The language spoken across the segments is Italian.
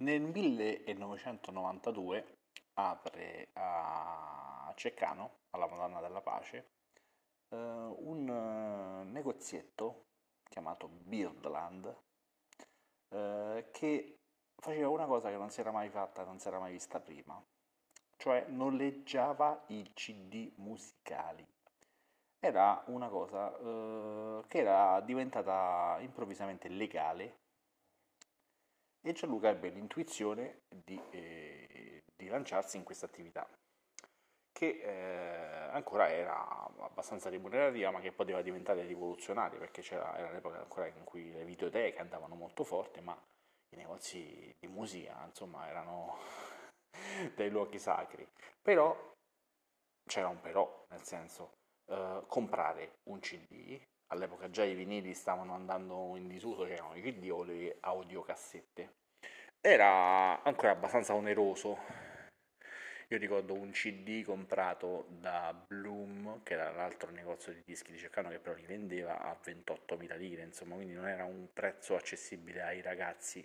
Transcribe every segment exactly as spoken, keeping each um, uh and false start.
Nel millenovecentonovantadue apre a Ceccano, alla Madonna della Pace, eh, un eh, negozietto chiamato Beardland, eh, che faceva una cosa che non si era mai fatta, non si era mai vista prima, cioè noleggiava i C D musicali. Era una cosa eh, che era diventata improvvisamente legale e Gianluca ebbe l'intuizione di, eh, di lanciarsi in questa attività, che eh, ancora era abbastanza remunerativa, ma che poteva diventare rivoluzionaria, perché c'era, era l'epoca ancora in cui le videoteche andavano molto forti, ma i negozi di musica, insomma, erano dei luoghi sacri. Però c'era un però, nel senso, eh, comprare un C D, all'epoca già i vinili stavano andando in disuso, c'erano i C D o le audiocassette, era ancora abbastanza oneroso. Io ricordo un C D comprato da Bloom, che era l'altro negozio di dischi di Ceccano, che però li vendeva a ventottomila lire, insomma, quindi non era un prezzo accessibile ai ragazzi.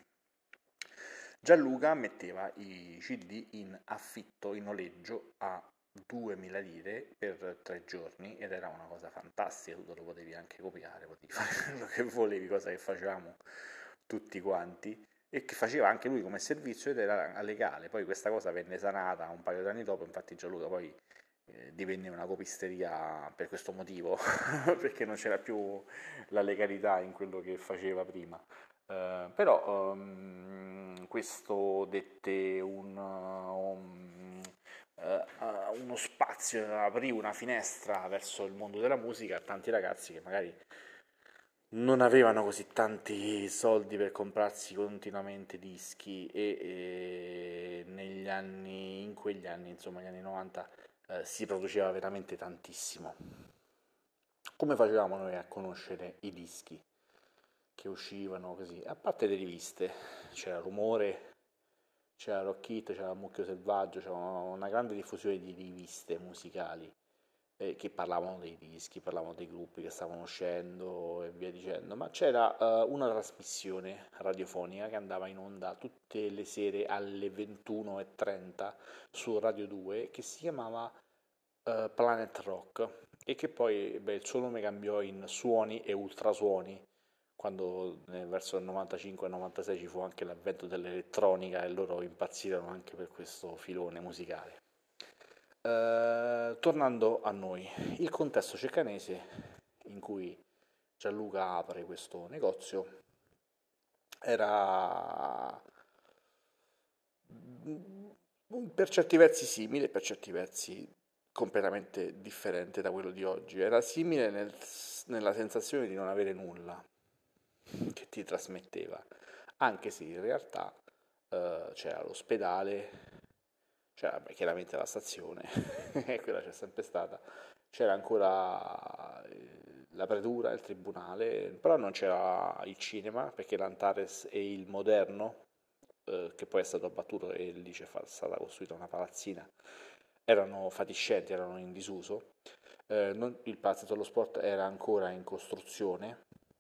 Gianluca metteva i C D in affitto, in noleggio a duemila lire per tre giorni ed era una cosa fantastica, tu te lo potevi anche copiare, potevi fare quello che volevi, cosa che facevamo tutti quanti e che faceva anche lui come servizio ed era legale. Poi questa cosa venne sanata un paio di anni dopo, infatti Gianluca poi eh, divenne una copisteria per questo motivo, perché non c'era più la legalità in quello che faceva prima. Uh, però um, questo dette un, um, uh, uno spazio, aprì una finestra verso il mondo della musica a tanti ragazzi che magari non avevano così tanti soldi per comprarsi continuamente dischi e, e negli anni, in quegli anni, insomma, negli anni novanta, eh, si produceva veramente tantissimo. Come facevamo noi a conoscere i dischi che uscivano così? A parte le riviste, c'era Rumore, c'era Rock It, c'era Mucchio Selvaggio, c'era una grande diffusione di riviste musicali eh, che parlavano dei dischi, parlavano dei gruppi che stavano uscendo e via dicendo, ma c'era eh, una trasmissione radiofonica che andava in onda tutte le sere alle ventuno e trenta su Radio due che si chiamava eh, Planet Rock e che poi beh, il suo nome cambiò in Suoni e Ultrasuoni quando eh, verso il novantacinque novantasei ci fu anche l'avvento dell'elettronica e loro impazzirono anche per questo filone musicale. Eh, tornando a noi, il contesto ceccanese in cui Gianluca apre questo negozio era mm, per certi versi simile, per certi versi completamente differente da quello di oggi. Era simile nel- nella sensazione di non avere nulla che ti trasmetteva, anche se in realtà eh, c'era l'ospedale, c'era beh, chiaramente la stazione, e quella c'è sempre stata, c'era ancora eh, la pretura, il tribunale, però non c'era il cinema perché l'Antares e il Moderno, eh, che poi è stato abbattuto e lì c'è fa- stata costruita una palazzina, erano fatiscenti, erano in disuso. Eh, non- il Palazzetto dello Sport era ancora in costruzione.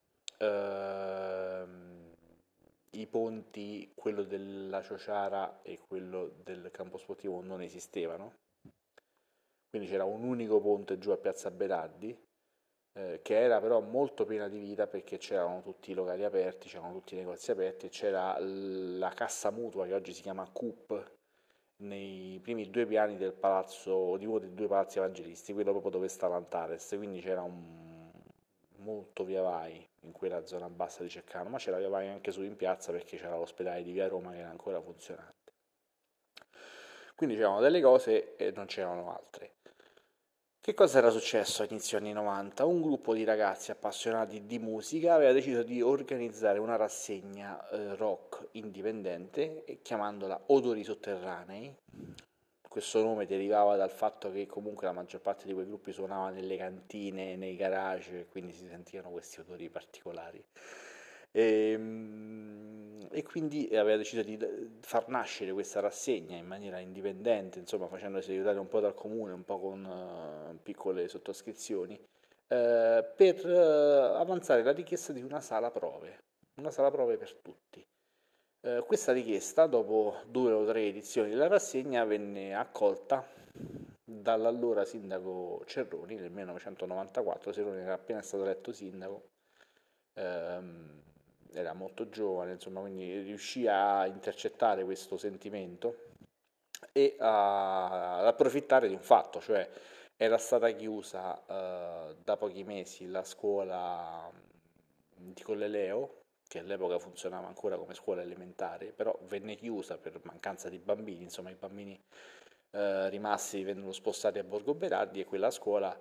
Ehm, I ponti, quello della Ciociara e quello del campo sportivo non esistevano, quindi c'era un unico ponte giù a Piazza Berardi, eh, che era però molto piena di vita perché c'erano tutti i locali aperti, c'erano tutti i negozi aperti e c'era la cassa mutua che oggi si chiama Coop nei primi due piani del palazzo, di uno dei due palazzi evangelisti, quello proprio dove sta l'Antares, quindi c'era un molto via vai in quella zona bassa di Ceccano, ma c'era via vai anche su in piazza perché c'era l'ospedale di via Roma che era ancora funzionante. Quindi c'erano delle cose e non c'erano altre. Che cosa era successo a inizio anni novanta? Un gruppo di ragazzi appassionati di musica aveva deciso di organizzare una rassegna eh, rock indipendente eh, chiamandola Odori Sotterranei. Questo nome derivava dal fatto che comunque la maggior parte di quei gruppi suonava nelle cantine, nei garage, e quindi si sentivano questi odori particolari. E, e quindi aveva deciso di far nascere questa rassegna in maniera indipendente, insomma facendosi aiutare un po' dal comune, un po' con uh, piccole sottoscrizioni, eh, per uh, avanzare la richiesta di una sala prove, una sala prove per tutti. Eh, questa richiesta, dopo due o tre edizioni della rassegna, venne accolta dall'allora sindaco Cerroni nel millenovecentonovantaquattro. Cerroni era appena stato eletto sindaco, ehm, era molto giovane, insomma, quindi riuscì a intercettare questo sentimento e a- ad approfittare di un fatto, cioè era stata chiusa eh, da pochi mesi la scuola di Colleleo, che all'epoca funzionava ancora come scuola elementare, però venne chiusa per mancanza di bambini, insomma i bambini eh, rimasti vennero spostati a Borgo Berardi e quella scuola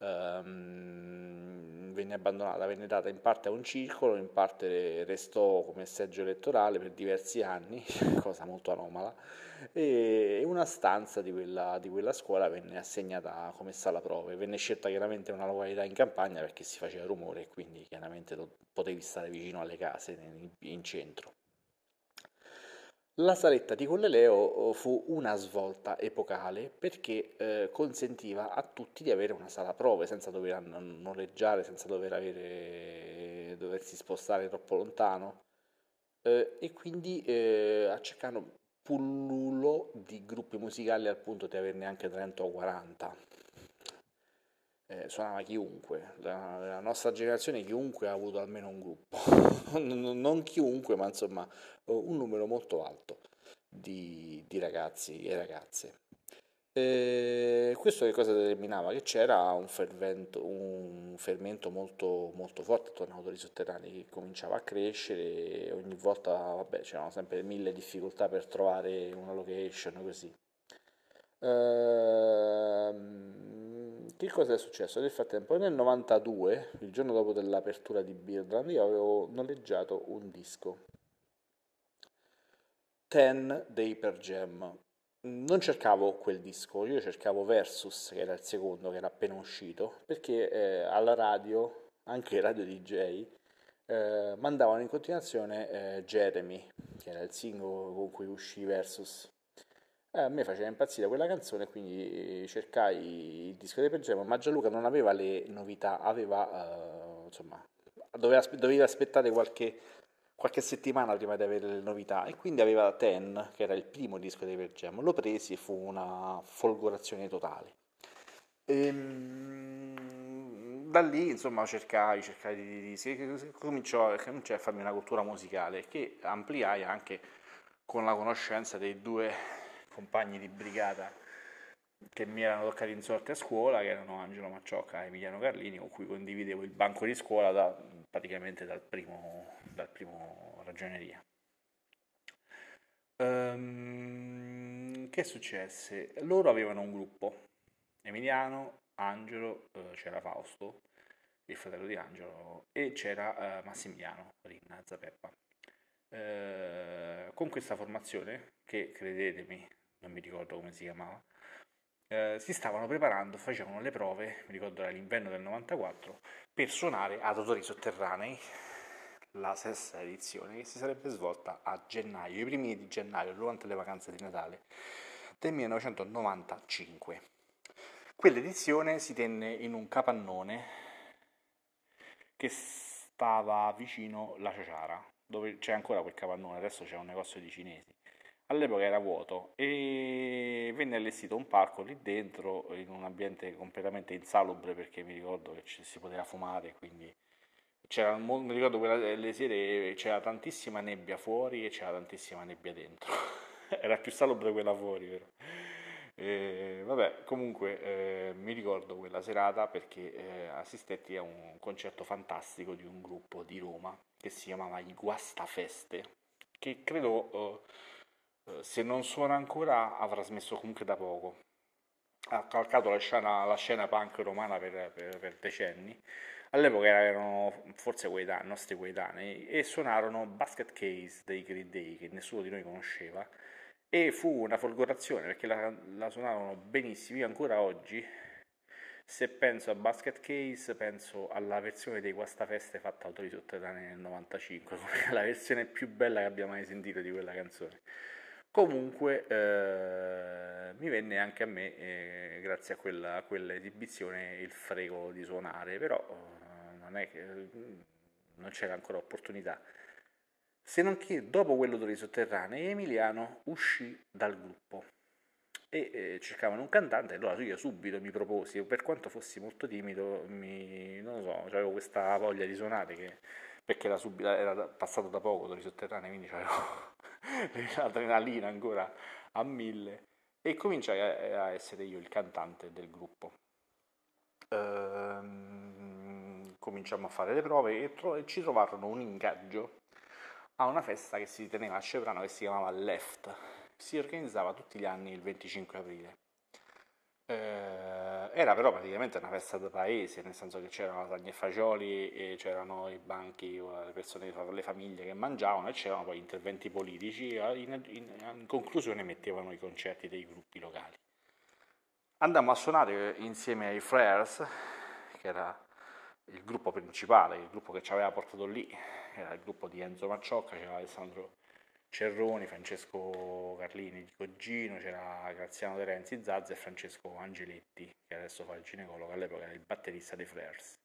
ehm, venne abbandonata, venne data in parte a un circolo, in parte restò come seggio elettorale per diversi anni, cosa molto anomala, e una stanza di quella, di quella scuola venne assegnata come sala prove. Venne scelta chiaramente una località in campagna perché si faceva rumore e quindi chiaramente lo- potevi stare vicino alle case in, in centro. La saletta di Colleleo fu una svolta epocale perché eh, consentiva a tutti di avere una sala prove senza dover an- noleggiare, senza dover avere, doversi spostare troppo lontano eh, e quindi eh, a Ceccano pullulo di gruppi musicali al punto di averne anche trenta o quaranta. Eh, suonava chiunque, la, la nostra generazione chiunque ha avuto almeno un gruppo, non, non chiunque, ma insomma un numero molto alto di, di ragazzi e ragazze. E questo che cosa determinava? Che c'era un fermento, un fermento molto, molto forte attorno ai autori sotterranei che cominciava a crescere e ogni volta, vabbè, c'erano sempre mille difficoltà per trovare una location così. Ehm, che cosa è successo? Nel frattempo, nel novantadue, il giorno dopo dell'apertura di Birdland, io avevo noleggiato un disco Ten dei Per Jam. Non cercavo quel disco, io cercavo Versus, che era il secondo, che era appena uscito, perché eh, alla radio, anche i radio D J, eh, mandavano in continuazione eh, Jeremy, che era il singolo con cui uscì Versus. Eh, a me faceva impazzire quella canzone, quindi cercai il disco dei Per Jam, ma Gianluca non aveva le novità, aveva, eh, insomma, doveva, doveva aspettare qualche qualche settimana prima di avere le novità e quindi aveva Ten, che era il primo disco dei Per Jam. Lo presi e fu una folgorazione totale. Ehm, da lì, insomma, cercai, cercai di, di, di cominciò, cominciai a farmi una cultura musicale che ampliai anche con la conoscenza dei due compagni di brigata che mi erano toccati in sorte a scuola, che erano Angelo Macciocca e Emiliano Carlini, con cui condividevo il banco di scuola da, praticamente dal primo, dal primo ragioneria. Ehm, che successe? Loro avevano un gruppo, Emiliano, Angelo, eh, c'era Fausto, il fratello di Angelo, e c'era eh, Massimiliano, Rinna, Zapeppa. Eh, con questa formazione, che credetemi, non mi ricordo come si chiamava, eh, si stavano preparando, facevano le prove, mi ricordo era l'inverno del novantaquattro, per suonare ad Odori Sotterranei, la sesta edizione, che si sarebbe svolta a gennaio, i primi di gennaio, durante le vacanze di Natale del millenovecentonovantacinque. Quell'edizione si tenne in un capannone che stava vicino la Ciociara, dove c'è ancora quel capannone, adesso c'è un negozio di cinesi. All'epoca era vuoto e venne allestito un palco lì dentro in un ambiente completamente insalubre perché mi ricordo che ci si poteva fumare, quindi c'era, mi ricordo quella, le sere c'era tantissima nebbia fuori e c'era tantissima nebbia dentro. Era più salubre quella fuori, vero? E, vabbè, comunque eh, mi ricordo quella serata perché eh, assistetti a un concerto fantastico di un gruppo di Roma che si chiamava I Guastafeste, che credo, eh, eh, se non suona ancora, avrà smesso comunque da poco. Ha calcato la scena, la scena punk romana per, per- per decenni. All'epoca erano forse coetanei, nostri coetanei e suonarono Basket Case dei Green Day che nessuno di noi conosceva e fu una folgorazione perché la, la suonarono benissimo. Io ancora oggi, se penso a Basket Case, penso alla versione dei Guastafeste fatta Autori Sotterranei nel novantacinque, come la versione più bella che abbia mai sentito di quella canzone. Comunque eh, mi venne anche a me, eh, grazie a quella, a quell'esibizione, il frego di suonare, però eh, non è che non c'era ancora opportunità. Se non che dopo quello dei Sotterranei Emiliano uscì dal gruppo e eh, cercavano un cantante, e allora io subito mi proposi, per quanto fossi molto timido, mi, non lo so, avevo questa voglia di suonare che, perché era, subito, era passato da poco dai Sotterranei, quindi avevo l'adrenalina ancora a mille e cominciai a, a essere io il cantante del gruppo. Ehm, cominciamo a fare le prove e, tro- e ci trovarono un ingaggio a una festa che si teneva a Ceprano che si chiamava Left, si organizzava tutti gli anni il venticinque aprile. Eh, era però praticamente una festa da paese, nel senso che c'erano lasagne e fagioli e c'erano i banchi, le persone, le famiglie che mangiavano e c'erano poi interventi politici, in, in, in conclusione mettevano i concerti dei gruppi locali. Andammo a suonare insieme ai Flares, che era il gruppo principale, il gruppo che ci aveva portato lì, era il gruppo di Enzo Macciocca, c'era Alessandro Cerroni, Francesco Carlini di Coggino, c'era Graziano De Renzi Zazza e Francesco Angeletti, che adesso fa il ginecologo, all'epoca era il batterista dei Flares.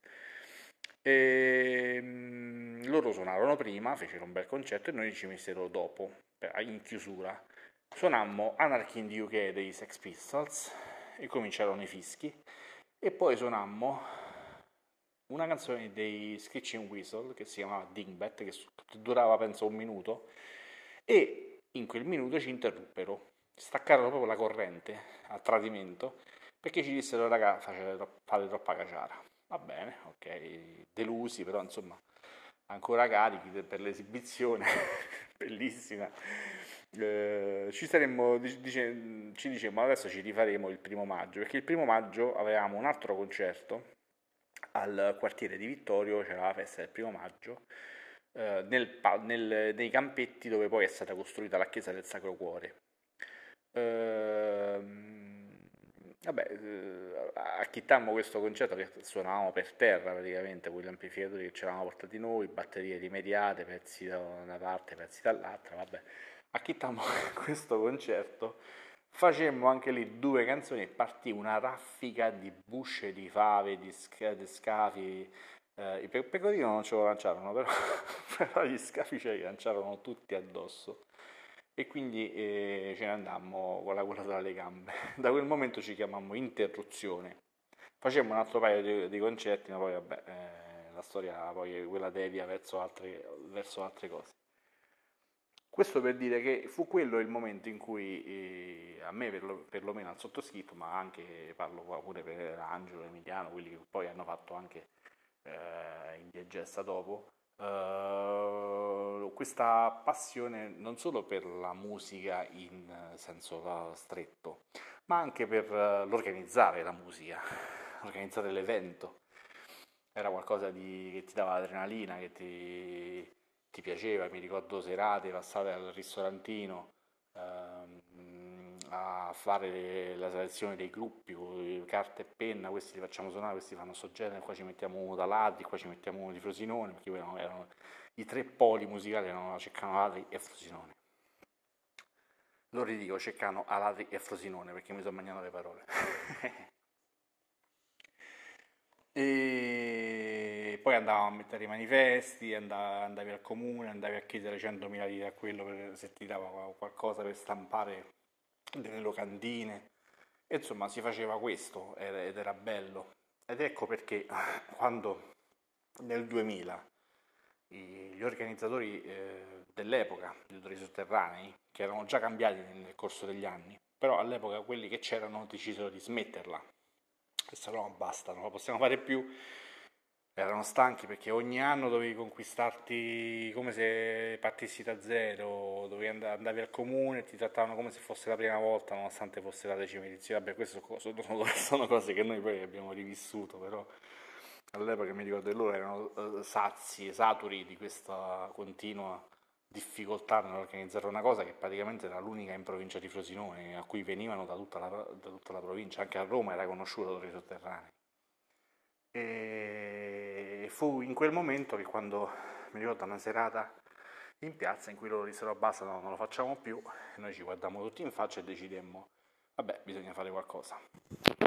E, mh, loro suonarono prima, fecero un bel concerto e noi ci messero dopo, in chiusura. Suonammo Anarchy in the U K dei Sex Pistols e cominciarono i fischi e poi suonammo una canzone dei Screeching Weasel che si chiamava Dingbat, che durava penso un minuto e in quel minuto ci interruppero, staccarono proprio la corrente a tradimento perché ci dissero raga fate, fate troppa caciara. Va bene, ok, delusi però insomma ancora carichi per l'esibizione, bellissima. Eh, ci saremmo, dice, ci dicemmo adesso ci rifaremo il primo maggio perché il primo maggio avevamo un altro concerto al quartiere di Vittorio, c'era la festa del primo maggio eh, nel, nel, nei campetti dove poi è stata costruita la chiesa del Sacro Cuore. Ehm, vabbè, eh, accittammo questo concerto che suonavamo per terra praticamente con gli amplificatori che ci eravamo portati noi, batterie rimediate, pezzi da una parte, pezzi dall'altra, vabbè. Accittammo questo concerto, facemmo anche lì due canzoni e partì una raffica di busce, di fave, di, sca- di scafi. Eh, I pe- pecorino non ce lo lanciarono, però, però gli scafi ce li lanciarono tutti addosso e quindi eh, ce ne andammo con la coda tra le gambe. Da quel momento ci chiamammo Interruzione. Facemmo un altro paio di, di concerti, ma poi vabbè, eh, la storia poi quella devia verso altre, verso altre cose. Questo per dire che fu quello il momento in cui eh, a me, perlo, perlomeno al sottoscritto, ma anche parlo pure per Angelo, Emiliano, quelli che poi hanno fatto anche eh, in Diegesta dopo, eh, questa passione non solo per la musica in senso stretto, ma anche per eh, l'organizzare la musica, organizzare l'evento. Era qualcosa di, che ti dava adrenalina, che ti, ti piaceva, mi ricordo serate passate al ristorantino ehm, a fare la selezione dei gruppi, con carta e penna, questi li facciamo suonare, questi fanno sto genere, qua ci mettiamo uno da Ladri, qua ci mettiamo uno di Frosinone, perché erano, erano i tre poli musicali, erano Ceccano, Ladri e Frosinone. Lo ridico, Ceccano, Alatri e Frosinone, perché mi sono mangiato le parole. E poi andavamo a mettere i manifesti, andavi, andavi al comune, andavi a chiedere centomila lire a quello per, se ti dava qualcosa per stampare delle locandine. E insomma si faceva questo ed era bello. Ed ecco perché quando nel duemila gli organizzatori eh, dell'epoca, gli odori sotterranei, che erano già cambiati nel corso degli anni, però all'epoca quelli che c'erano decisero di smetterla. Questa no, basta, non la possiamo fare più. Erano stanchi perché ogni anno dovevi conquistarti come se partissi da zero, dovevi and- andavi al comune e ti trattavano come se fosse la prima volta, nonostante fosse la decima edizione. Vabbè, queste sono, sono, sono cose che noi poi abbiamo rivissuto, però all'epoca mi ricordo che loro erano eh, sazi, saturi di questa continua difficoltà nell'organizzare una cosa che praticamente era l'unica in provincia di Frosinone, a cui venivano da tutta la, da tutta la provincia, anche a Roma era conosciuto dai sotterranei. E fu in quel momento che quando mi ricordo una serata in piazza in cui loro dissero basta, no, non lo facciamo più, e noi ci guardammo tutti in faccia e decidemmo, vabbè, bisogna fare qualcosa.